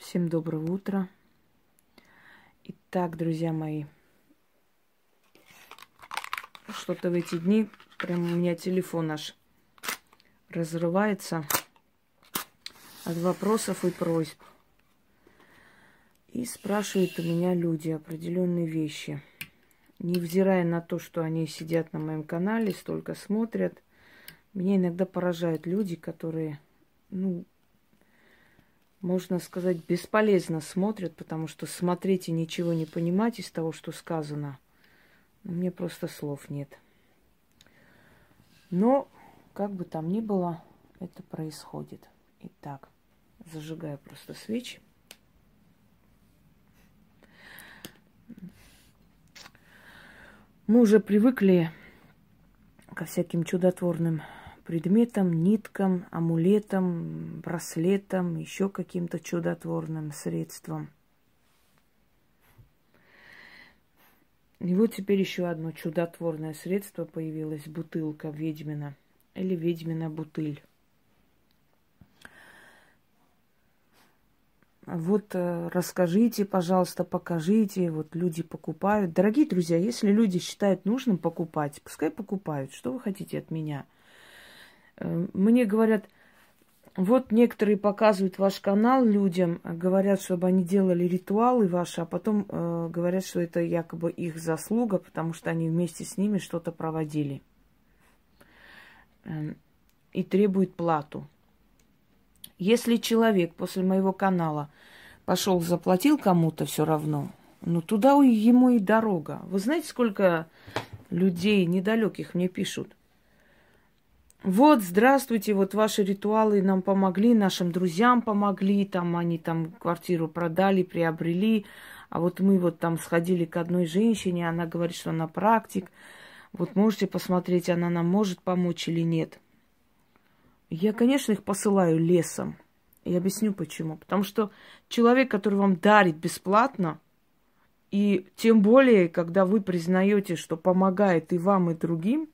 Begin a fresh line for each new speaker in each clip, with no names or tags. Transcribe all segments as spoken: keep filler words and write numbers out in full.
Всем доброго утра. Итак, друзья мои, что-то в эти дни прям у меня телефон аж разрывается от вопросов и просьб. И спрашивают у меня люди определенные вещи. Невзирая на то, что они сидят на моем канале, столько смотрят, меня иногда поражают люди, которые, ну, можно сказать, бесполезно смотрят, потому что смотреть и ничего не понимать из того, что сказано, ну, мне просто слов нет. Но, как бы там ни было, это происходит. Итак, зажигаю просто свечи. Мы уже привыкли ко всяким чудотворным предметам, ниткам, амулетам, браслетам, еще каким-то чудотворным средствам. И вот теперь еще одно чудотворное средство появилось, бутылка ведьмина или ведьмина бутыль. Вот э, расскажите, пожалуйста, покажите. Вот люди покупают. Дорогие друзья, если люди считают нужным покупать, пускай покупают. Что вы хотите от меня? Э, мне говорят, вот некоторые показывают ваш канал людям, говорят, чтобы они делали ритуалы ваши, а потом э, говорят, что это якобы их заслуга, потому что они вместе с ними что-то проводили. Э, и требуют плату. Если человек после моего канала пошел, заплатил кому-то все равно, ну туда ему и дорога. Вы знаете, сколько людей недалеких мне пишут? Вот, здравствуйте, вот ваши ритуалы нам помогли, нашим друзьям помогли, там они там квартиру продали, приобрели, а вот мы вот там сходили к одной женщине, она говорит, что она практик, вот можете посмотреть, она нам может помочь или нет. Я, конечно, их посылаю лесом. И объясню почему. Потому что человек, который вам дарит бесплатно, и тем более, когда вы признаете, что помогает и вам, и другим,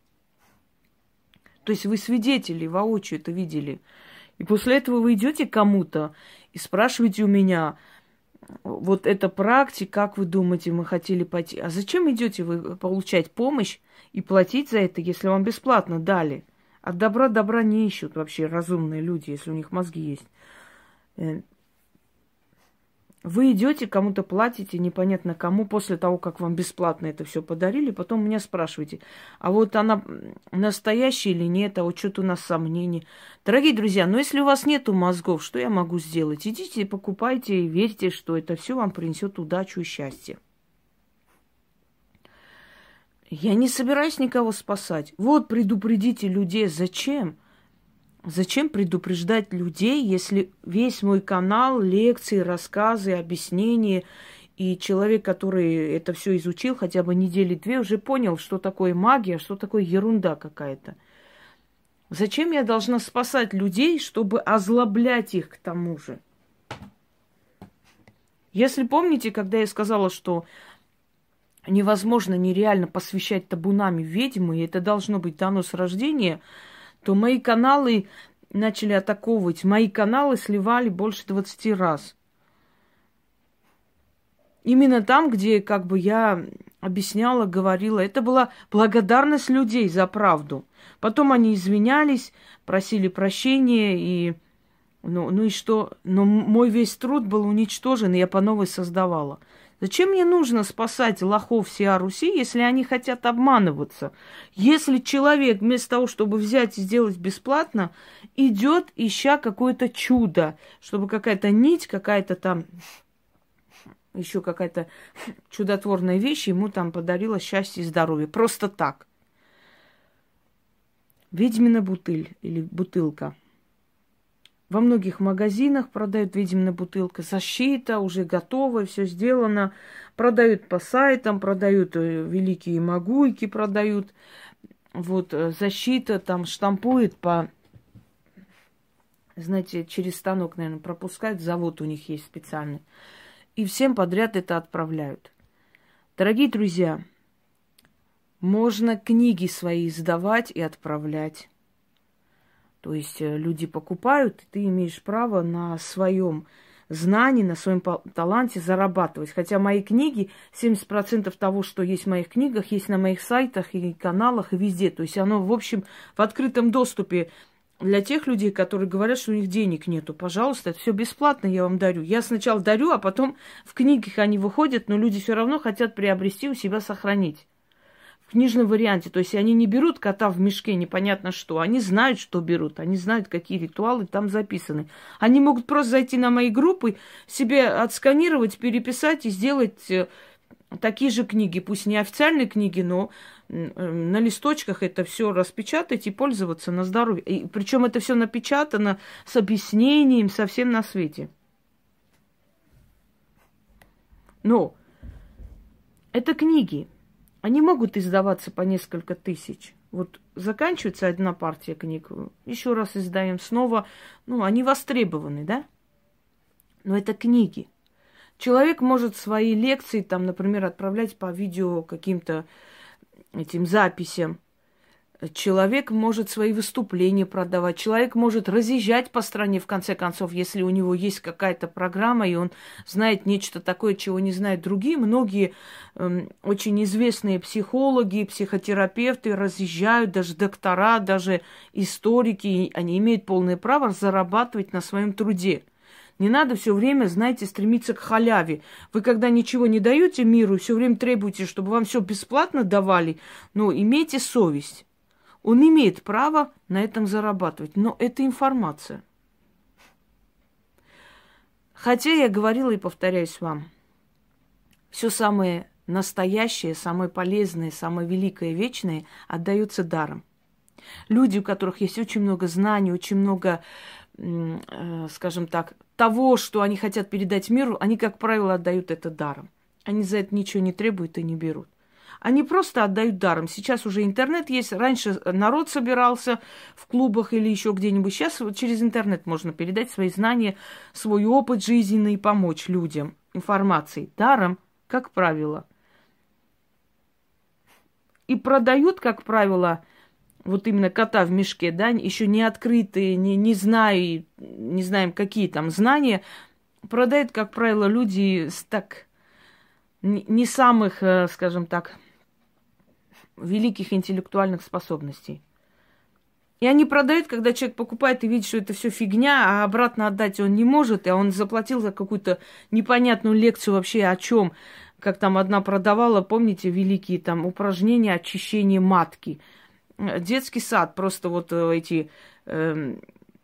то есть вы свидетели, воочию это видели, и после этого вы идете к кому-то и спрашиваете у меня, вот эта практика, как вы думаете, мы хотели пойти. А зачем идете вы получать помощь и платить за это, если вам бесплатно дали? От добра добра не ищут вообще разумные люди, если у них мозги есть. Вы идете, кому-то платите, непонятно кому, после того, как вам бесплатно это все подарили, потом меня спрашиваете, а вот она настоящая или нет, а вот что-то у нас сомнений. Дорогие друзья, ну если у вас нету мозгов, что я могу сделать? Идите, покупайте и верьте, что это все вам принесет удачу и счастье. Я не собираюсь никого спасать. Вот предупредите людей. Зачем? Зачем предупреждать людей, если весь мой канал, лекции, рассказы, объяснения, и человек, который это все изучил хотя бы недели две, уже понял, что такое магия, что такое ерунда какая-то. Зачем я должна спасать людей, чтобы озлоблять их к тому же? Если помните, когда я сказала, что невозможно, нереально посвящать табунами ведьмы, и это должно быть дано с рождения, то мои каналы начали атаковывать. Мои каналы сливали больше двадцати раз. Именно там, где как бы я объясняла, говорила. Это была благодарность людей за правду. Потом они извинялись, просили прощения, и ну, ну и что? Но мой весь труд был уничтожен, и я по новой создавала. Зачем мне нужно спасать лохов всея Руси, если они хотят обманываться? Если человек вместо того, чтобы взять и сделать бесплатно, идет, ища какое-то чудо, чтобы какая-то нить, какая-то там, еще какая-то чудотворная вещь ему там подарила счастье и здоровье. Просто так. Ведьмина бутыль или бутылка. Во многих магазинах продают ведьмина бутылка. Защита уже готова, все сделано. Продают по сайтам, продают великие магуйки, продают. Вот защита там штампует по, знаете, через станок, наверное, пропускают. Завод у них есть специальный. И всем подряд это отправляют. Дорогие друзья, можно книги свои издавать и отправлять. То есть люди покупают, и ты имеешь право на своем знании, на своем таланте зарабатывать. Хотя мои книги, семьдесят процентов того, что есть в моих книгах, есть на моих сайтах и каналах, и везде. То есть оно, в общем, в открытом доступе для тех людей, которые говорят, что у них денег нету. Пожалуйста, это все бесплатно я вам дарю. Я сначала дарю, а потом в книгах они выходят, но люди все равно хотят приобрести, у себя сохранить. В книжном варианте. То есть они не берут кота в мешке, непонятно что. Они знают, что берут. Они знают, какие ритуалы там записаны. Они могут просто зайти на мои группы, себе отсканировать, переписать и сделать такие же книги. Пусть не официальные книги, но на листочках это все распечатать и пользоваться на здоровье. И причем это все напечатано с объяснением совсем на свете. Но это книги. Они могут издаваться по несколько тысяч. Вот заканчивается одна партия книг, еще раз издаем снова. Ну, они востребованы, да? Но это книги. Человек может свои лекции, там, например, отправлять по видео каким-то этим записям. Человек может свои выступления продавать. Человек может разъезжать по стране, в конце концов, если у него есть какая-то программа, и он знает нечто такое, чего не знают другие. Многие э, очень известные психологи, психотерапевты разъезжают, даже доктора, даже историки. Они имеют полное право зарабатывать на своем труде. Не надо все время, знаете, стремиться к халяве. Вы когда ничего не даете миру, все время требуете, чтобы вам все бесплатно давали, ну, имейте совесть. Он имеет право на этом зарабатывать, но это информация. Хотя я говорила и повторяюсь вам, все самое настоящее, самое полезное, самое великое, вечное отдается даром. Люди, у которых есть очень много знаний, очень много, скажем так, того, что они хотят передать миру, они, как правило, отдают это даром. Они за это ничего не требуют и не берут. Они просто отдают даром. Сейчас уже интернет есть. Раньше народ собирался в клубах или еще где-нибудь. Сейчас вот через интернет можно передать свои знания, свой опыт жизненный и помочь людям информацией. Даром, как правило. И продают, как правило, вот именно кота в мешке, да, еще не открытые, не, не зная, не знаем, какие там знания, продают, как правило, люди с так не самых, скажем так, великих интеллектуальных способностей. И они продают, когда человек покупает и видит, что это все фигня, а обратно отдать он не может, и он заплатил за какую-то непонятную лекцию вообще о чем. Как там одна продавала, помните, великие там упражнения очищения матки. Детский сад, просто вот эти э,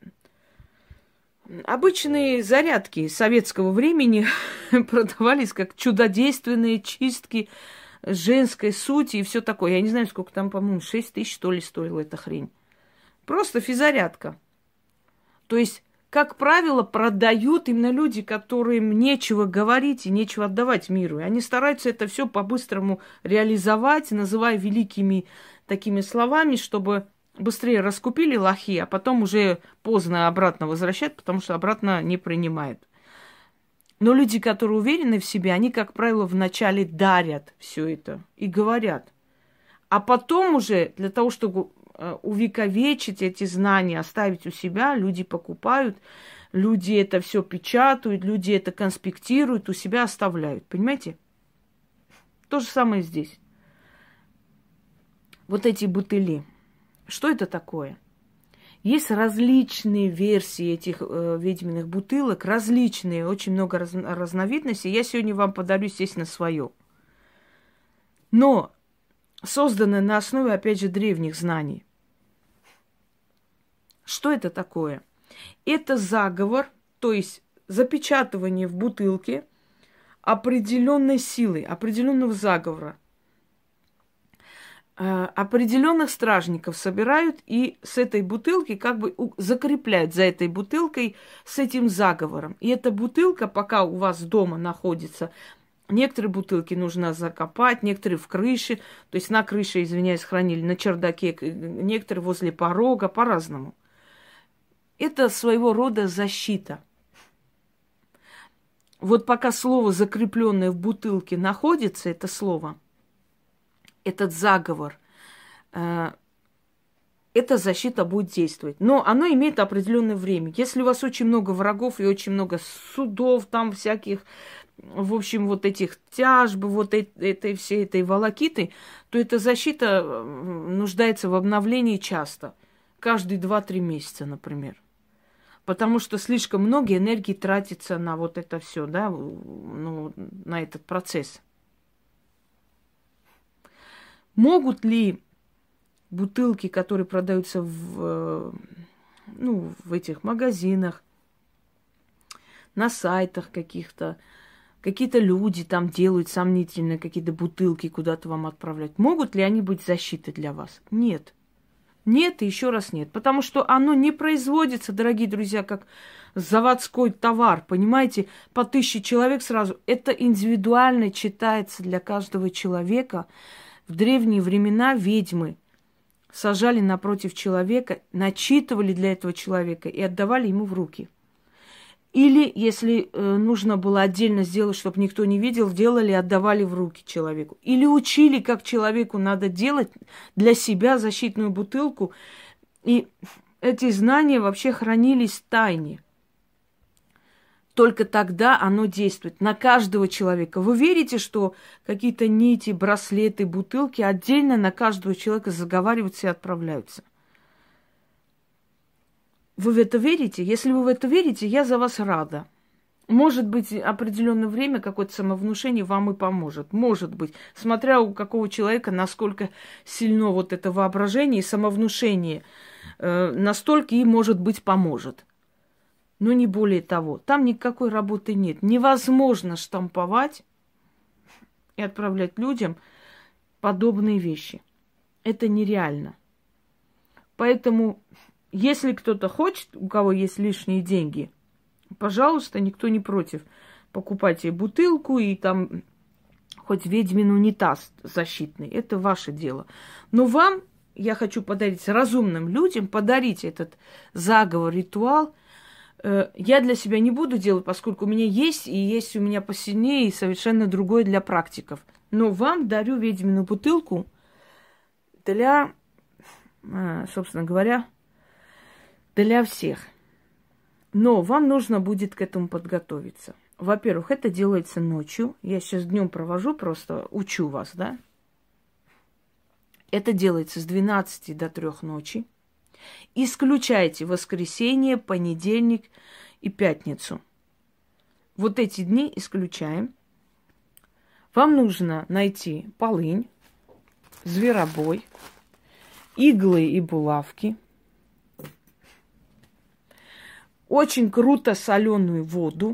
обычные зарядки советского времени продавались как чудодейственные чистки женской сути и все такое. Я не знаю, сколько там, по-моему, шесть тысяч, что ли, стоила эта хрень. Просто физзарядка. То есть, как правило, продают именно люди, которым нечего говорить и нечего отдавать миру. И они стараются это все по-быстрому реализовать, называя великими такими словами, чтобы быстрее раскупили лохи, а потом уже поздно обратно возвращать, потому что обратно не принимают. Но люди, которые уверены в себе, они, как правило, вначале дарят все это и говорят. А потом уже для того, чтобы увековечить эти знания, оставить у себя, люди покупают, люди это все печатают, люди это конспектируют, у себя оставляют. Понимаете? То же самое здесь. Вот эти бутыли. Что это такое? Есть различные версии этих э, ведьминых бутылок, различные, очень много раз, разновидностей. Я сегодня вам подарю, естественно, свое. Но создано на основе, опять же, древних знаний. Что это такое? Это заговор, то есть запечатывание в бутылке определенной силы, определенного заговора. Определенных стражников собирают и с этой бутылки как бы закрепляют за этой бутылкой с этим заговором. И эта бутылка, пока у вас дома находится, некоторые бутылки нужно закопать, некоторые в крыше, то есть на крыше, извиняюсь, хранили, на чердаке, некоторые возле порога, по-разному. Это своего рода защита. Вот пока слово, закрепленное в бутылке, находится, это слово, этот заговор, эта защита будет действовать. Но оно имеет определенное время. Если у вас очень много врагов и очень много судов, там всяких, в общем, вот этих тяжб, вот этой всей этой волокиты, то эта защита нуждается в обновлении часто. Каждые два-три месяца, например. Потому что слишком много энергии тратится на вот это все, да, ну, на этот процесс. Могут ли бутылки, которые продаются в, ну, в этих магазинах, на сайтах каких-то, какие-то люди там делают сомнительные какие-то бутылки, куда-то вам отправлять. Могут ли они быть защитой для вас? Нет. Нет и еще раз нет. Потому что оно не производится, дорогие друзья, как заводской товар, понимаете, по тысяче человек сразу. Это индивидуально читается для каждого человека. В древние времена ведьмы сажали напротив человека, начитывали для этого человека и отдавали ему в руки. Или, если э, нужно было отдельно сделать, чтобы никто не видел, делали, отдавали в руки человеку. Или учили, как человеку надо делать для себя защитную бутылку. И эти знания вообще хранились в тайне. Только тогда оно действует на каждого человека. Вы верите, что какие-то нити, браслеты, бутылки отдельно на каждого человека заговариваются и отправляются? Вы в это верите? Если вы в это верите, я за вас рада. Может быть, определенное время какое-то самовнушение вам и поможет. Может быть, смотря у какого человека, насколько сильно вот это воображение и самовнушение, э, настолько и, может быть, поможет. Но не более того. Там никакой работы нет. Невозможно штамповать и отправлять людям подобные вещи. Это нереально. Поэтому, если кто-то хочет, у кого есть лишние деньги, пожалуйста, никто не против. Покупайте бутылку и там хоть ведьмин унитаз защитный. Это ваше дело. Но вам, я хочу подарить разумным людям, подарить этот заговор, ритуал. Я для себя не буду делать, поскольку у меня есть, и есть у меня посильнее, и совершенно другое для практиков. Но вам дарю ведьмину бутылку для, собственно говоря, для всех. Но вам нужно будет к этому подготовиться. Во-первых, это делается ночью. Я сейчас днем провожу, просто учу вас, да? Это делается с двенадцати до трёх ночи. Исключайте воскресенье, понедельник и пятницу. Вот эти дни исключаем. Вам нужно найти полынь, зверобой, иглы и булавки, очень круто соленую воду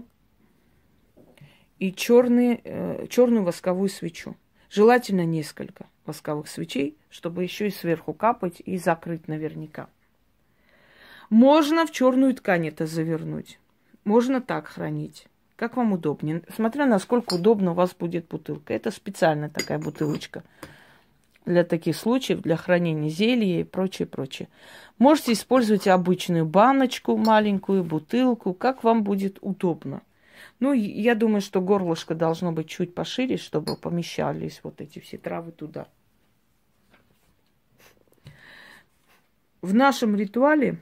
и черные, э, черную восковую свечу. Желательно несколько восковых свечей, чтобы еще и сверху капать и закрыть наверняка. Можно в черную ткань это завернуть. Можно так хранить. Как вам удобнее. Смотря насколько удобно у вас будет бутылка. Это специальная такая бутылочка. Для таких случаев, для хранения зелья и прочее, прочее. Можете использовать обычную баночку, маленькую бутылку, как вам будет удобно. Ну, я думаю, что горлышко должно быть чуть пошире, чтобы помещались вот эти все травы туда. В нашем ритуале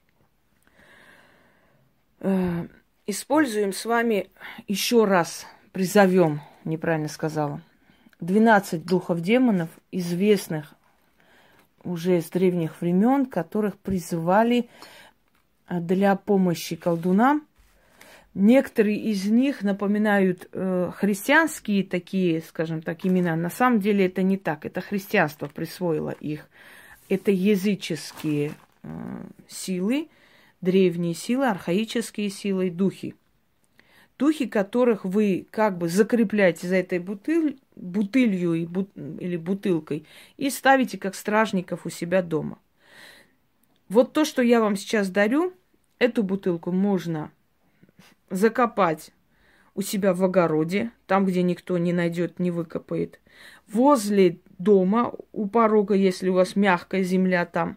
э, используем с вами, еще раз призовем, неправильно сказала, двенадцать духов демонов, известных уже с древних времен, которых призывали для помощи колдунам. Некоторые из них напоминают э, христианские такие, скажем так, имена. На самом деле это не так. Это христианство присвоило их. Это языческие э, силы, древние силы, архаические силы, духи. Духи, которых вы как бы закрепляете за этой бутыль, бутылью и бут, или бутылкой и ставите как стражников у себя дома. Вот то, что я вам сейчас дарю, эту бутылку можно закопать у себя в огороде, там, где никто не найдет, не выкопает. Возле дома, у порога, если у вас мягкая земля там.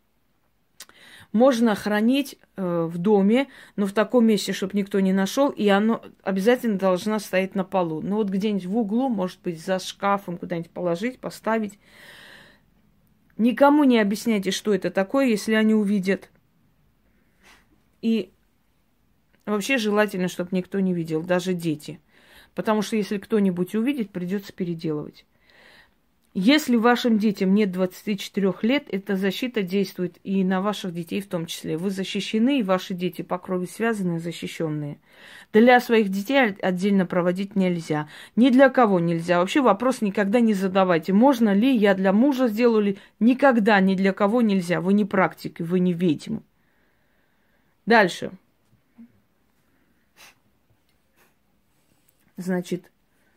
Можно хранить э, в доме, но в таком месте, чтобы никто не нашел, и оно обязательно должна стоять на полу. Ну вот где-нибудь в углу, может быть, за шкафом куда-нибудь положить, поставить. Никому не объясняйте, что это такое, если они увидят. И вообще желательно, чтобы никто не видел, даже дети. Потому что если кто-нибудь увидит, придется переделывать. Если вашим детям нет двадцати четырёх лет, эта защита действует и на ваших детей в том числе. Вы защищены, и ваши дети по крови связанные, защищенные. Для своих детей отдельно проводить нельзя. Ни для кого нельзя. Вообще вопрос никогда не задавайте. Можно ли я для мужа сделаю ли? Никогда ни для кого нельзя. Вы не практик, вы не ведьма. Дальше. Значит,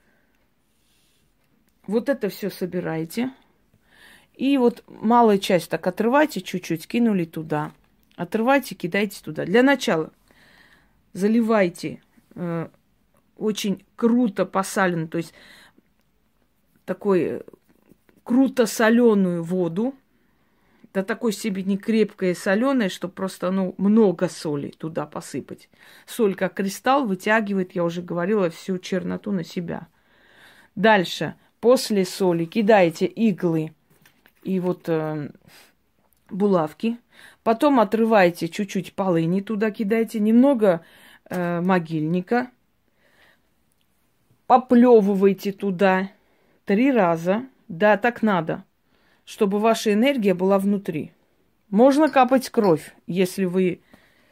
вот это все собираете. И вот малую часть так отрывайте чуть-чуть, кинули туда. Отрывайте, кидайте туда. Для начала заливайте э, очень круто посаленную, то есть такой круто соленую воду. До такой степени крепкая и соленая, что просто ну, много соли туда посыпать. Соль, как кристалл, вытягивает, я уже говорила, всю черноту на себя. Дальше. После соли кидаете иглы и вот э, булавки. Потом отрываете чуть-чуть полыни, туда кидаете. Немного э, могильника. Поплевывайте туда три раза. Да, так надо, чтобы ваша энергия была внутри. Можно капать кровь, если вы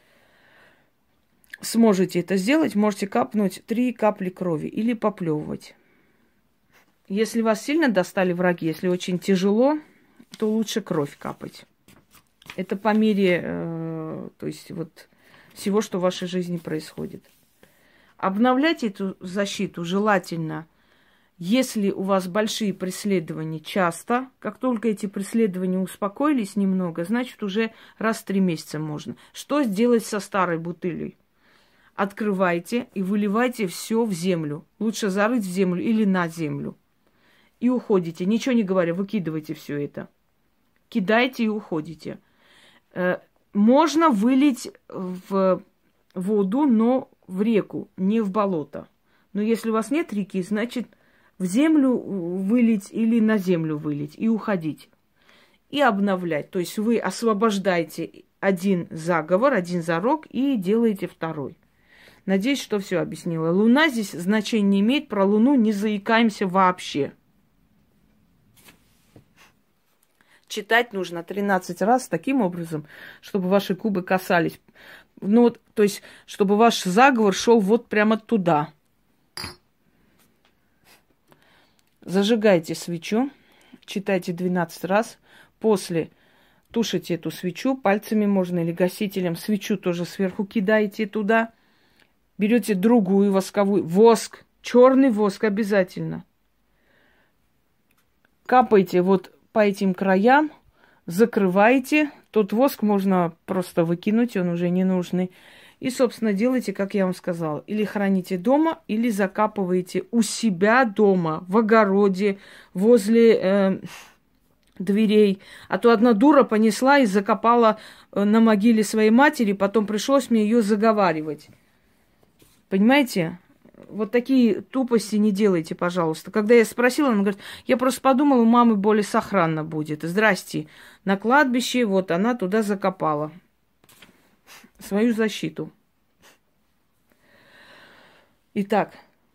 сможете это сделать. Можете капнуть три капли крови или поплевывать. Если вас сильно достали враги, если очень тяжело, то лучше кровь капать. Это по мере, э, то есть вот всего, что в вашей жизни происходит. Обновлять эту защиту желательно, если у вас большие преследования часто. Как только эти преследования успокоились немного, значит, уже раз в три месяца можно. Что сделать со старой бутылью? Открывайте и выливайте все в землю. Лучше зарыть в землю или на землю. И уходите. Ничего не говоря, выкидывайте все это. Кидайте и уходите. Можно вылить в воду, но в реку, не в болото. Но если у вас нет реки, значит, в землю вылить или на землю вылить и уходить. И обновлять. То есть вы освобождаете один заговор, один зарок и делаете второй. Надеюсь, что все объяснила. Луна здесь значения не имеет. Про Луну не заикаемся вообще. Читать нужно тринадцать раз таким образом, чтобы ваши губы касались. Ну, вот, то есть, чтобы ваш заговор шел вот прямо туда. Зажигайте свечу, читайте двенадцать раз. После тушите эту свечу, пальцами можно или гасителем. Свечу тоже сверху кидаете туда. Берете другую восковую, воск, черный воск обязательно. Капаете вот по этим краям, закрываете. Тот воск можно просто выкинуть, он уже не нужный. И, собственно, делайте, как я вам сказала. Или храните дома, или закапываете у себя дома, в огороде, возле э, дверей. А то одна дура понесла и закопала э, на могиле своей матери, потом пришлось мне ее заговаривать. Понимаете? Вот такие тупости не делайте, пожалуйста. Когда я спросила, она говорит, я просто подумала, у мамы более сохранно будет. Здрасте. На кладбище, вот она туда закопала свою защиту. Итак.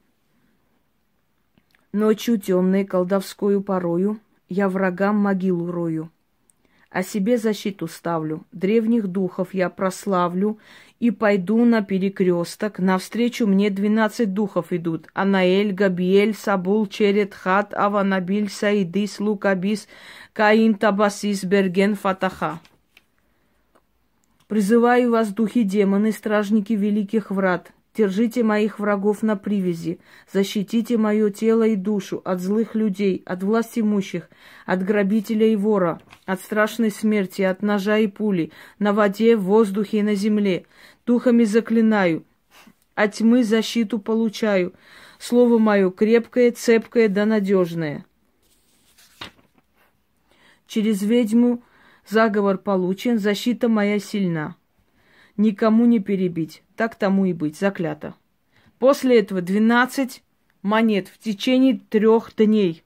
Ночью темной колдовскую порою я врагам могилу рою. О себе защиту ставлю, древних духов я прославлю и пойду на перекресток. Навстречу мне двенадцать духов идут. Анаэль, Габиэль, Сабул, Черет, Хат, Аванабиль, Саидис, Лукабис, Каин, Табасис, Берген, Фатаха. Призываю вас, духи демоны, стражники великих врат. Держите моих врагов на привязи, защитите мое тело и душу от злых людей, от власть имущих, от грабителя и вора, от страшной смерти, от ножа и пули, на воде, в воздухе и на земле. Духами заклинаю, от тьмы защиту получаю. Слово мое крепкое, цепкое да надежное. Через ведьму заговор получен, защита моя сильна. Никому не перебить. Так тому и быть, заклято. После этого двенадцать монет в течение трех дней.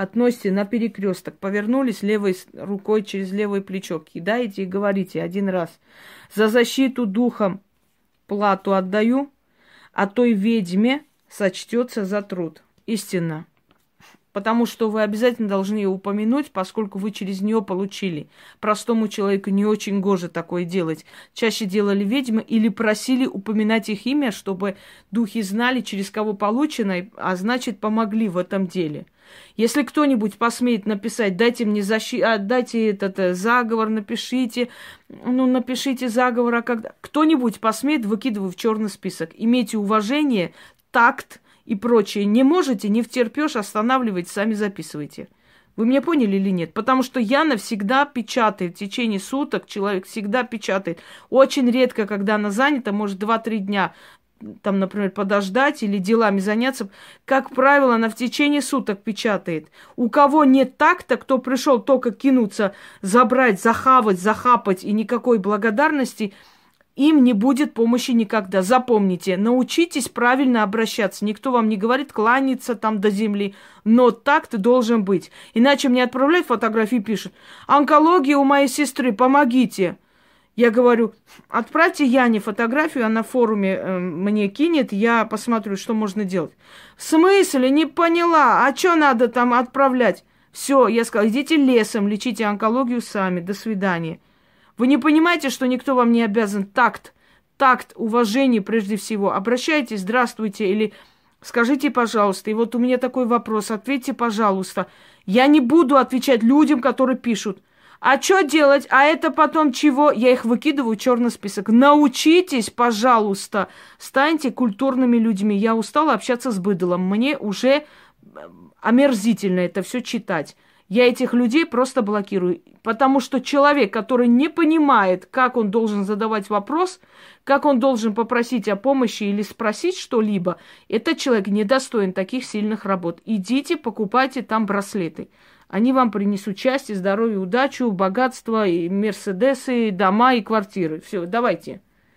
относите на перекресток, повернулись левой рукой через левое плечо, кидаете и говорите один раз: за защиту духом плату отдаю, а той ведьме сочтется за труд. Истинно. Потому что вы обязательно должны ее упомянуть, поскольку вы через нее получили. Простому человеку не очень гоже такое делать. Чаще делали ведьмы или просили упоминать их имя, чтобы духи знали, через кого получено, а значит, помогли в этом деле. Если кто-нибудь посмеет написать: дайте мне защиту, а, дайте этот э, заговор, напишите, ну, напишите заговор, а когда... Кто-нибудь посмеет, выкидываю в черный список. Имейте уважение, такт и прочее. Не можете, не втерпешь, останавливайте, сами записывайте. Вы меня поняли или нет? Потому что Яна всегда печатает в течение суток, человек всегда печатает. Очень редко, когда она занята, может два-три дня, там, например, подождать или делами заняться. Как правило, она в течение суток печатает. У кого нет такта, кто пришел только кинуться, забрать, захавать, захапать и никакой благодарности, им не будет помощи никогда. Запомните, научитесь правильно обращаться. Никто вам не говорит кланяться там до земли, но такт должен быть. Иначе мне отправляют фотографии, пишут: онкология у моей сестры, помогите. Я говорю: отправьте Яне фотографию, она в форуме э, мне кинет, я посмотрю, что можно делать. В смысле? Не поняла. А что надо там отправлять? Все, я сказала: идите лесом, лечите онкологию сами. До свидания. Вы не понимаете, что никто вам не обязан? Такт, такт, уважение прежде всего. Обращайтесь: здравствуйте, или скажите, пожалуйста. И вот у меня такой вопрос, ответьте, пожалуйста. Я не буду отвечать людям, которые пишут: а что делать? А это потом чего? Я их выкидываю в черный список. Научитесь, пожалуйста. Станьте культурными людьми. Я устала общаться с быдлом. Мне уже омерзительно это все читать. Я этих людей просто блокирую. Потому что человек, который не понимает, как он должен задавать вопрос, как он должен попросить о помощи или спросить что-либо, этот человек недостоин таких сильных работ. Идите, покупайте там браслеты. Они вам принесут счастье, здоровье, удачу, богатство, и мерседесы, и дома, и квартиры. Все, давайте.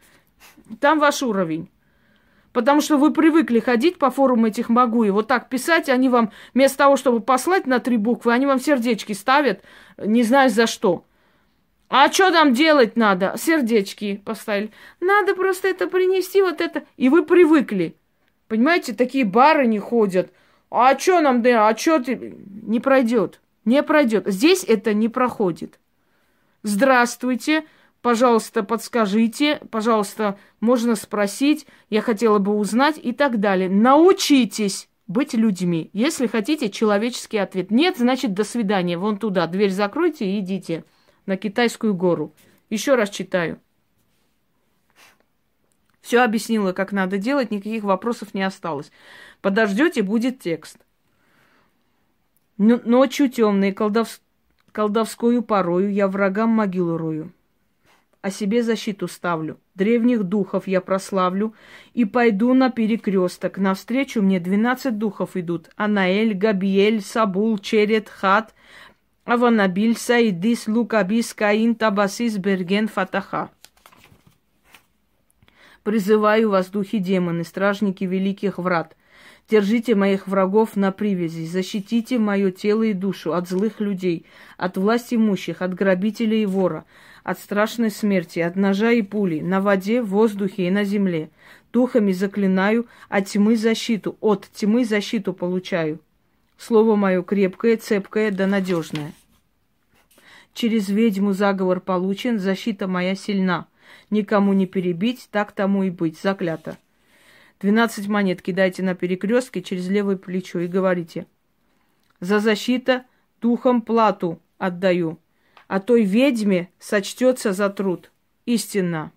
Там ваш уровень. Потому что вы привыкли ходить по форуму этих могу и вот так писать, они вам, вместо того, чтобы послать на три буквы, они вам сердечки ставят, не знаю за что. А что там делать надо? Сердечки поставили. Надо просто это принести, вот это. И вы привыкли. Понимаете, такие барыни ходят. А что нам, да, а что ты... Не пройдет. Не пройдет. Здесь это не проходит. Здравствуйте. Пожалуйста, подскажите. Пожалуйста, можно спросить. Я хотела бы узнать и так далее. Научитесь быть людьми. Если хотите человеческий ответ. Нет, значит, до свидания. Вон туда. Дверь закройте и идите на Китайскую гору. Еще раз читаю. Все объяснила, как надо делать. Никаких вопросов не осталось. Подождете, будет текст. Ночью темной, колдов... колдовскую порою я врагам могилу рою. О себе защиту ставлю. Древних духов я прославлю и пойду на перекресток. Навстречу мне двенадцать духов идут. Анаэль, Габиэль, Сабул, Черет, Хат, Аванабиль, Саидис, Лукабис, Каин, Табасис, Берген, Фатаха. Призываю вас, духи демоны, стражники великих врат. Держите моих врагов на привязи, защитите мое тело и душу от злых людей, от власти имущих, от грабителя и вора, от страшной смерти, от ножа и пули, на воде, в воздухе и на земле. Духами заклинаю, от тьмы защиту, от тьмы защиту получаю. Слово мое крепкое, цепкое да надежное. Через ведьму заговор получен, защита моя сильна. Никому не перебить, так тому и быть, заклято. Двенадцать монет кидайте на перекрестке через левое плечо и говорите: за защита духом плату отдаю, а той ведьме сочтется за труд. Истинно.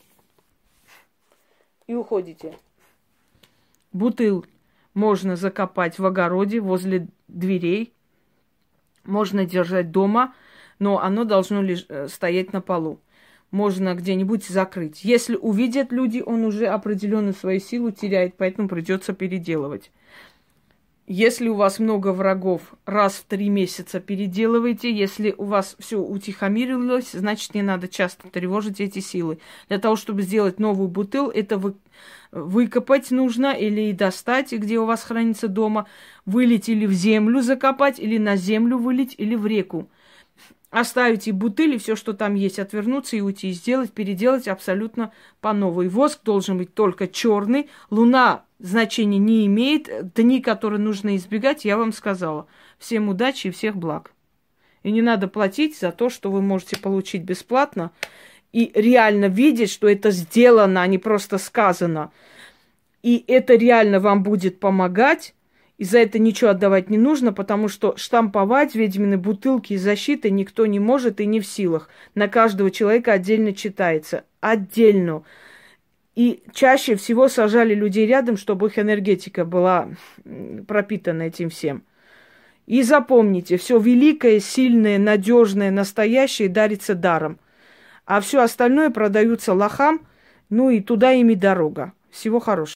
И уходите. Бутыль можно закопать в огороде возле дверей, можно держать дома, но оно должно лишь стоять на полу. Можно где-нибудь закрыть. Если увидят люди, он уже определенную свою силу теряет, поэтому придется переделывать. Если у вас много врагов, раз в три месяца переделывайте. Если у вас все утихомирилось, значит, не надо часто тревожить эти силы. Для того, чтобы сделать новую бутыль, это вы, выкопать нужно или достать, где у вас хранится дома, вылить или в землю закопать, или на землю вылить, или в реку. Оставить и бутыли, все, что там есть, отвернуться и уйти, сделать, переделать абсолютно по новой. Воск должен быть только черный, луна значения не имеет, дни, которые нужно избегать, я вам сказала. Всем удачи и всех благ. И не надо платить за то, что вы можете получить бесплатно, и реально видеть, что это сделано, а не просто сказано. И это реально вам будет помогать. И за это ничего отдавать не нужно, потому что штамповать ведьмины бутылки и защиты никто не может и не в силах. На каждого человека отдельно читается. Отдельно. И чаще всего сажали людей рядом, чтобы их энергетика была пропитана этим всем. И запомните, все великое, сильное, надежное, настоящее дарится даром. А все остальное продаются лохам, ну и туда ими дорога. Всего хорошего.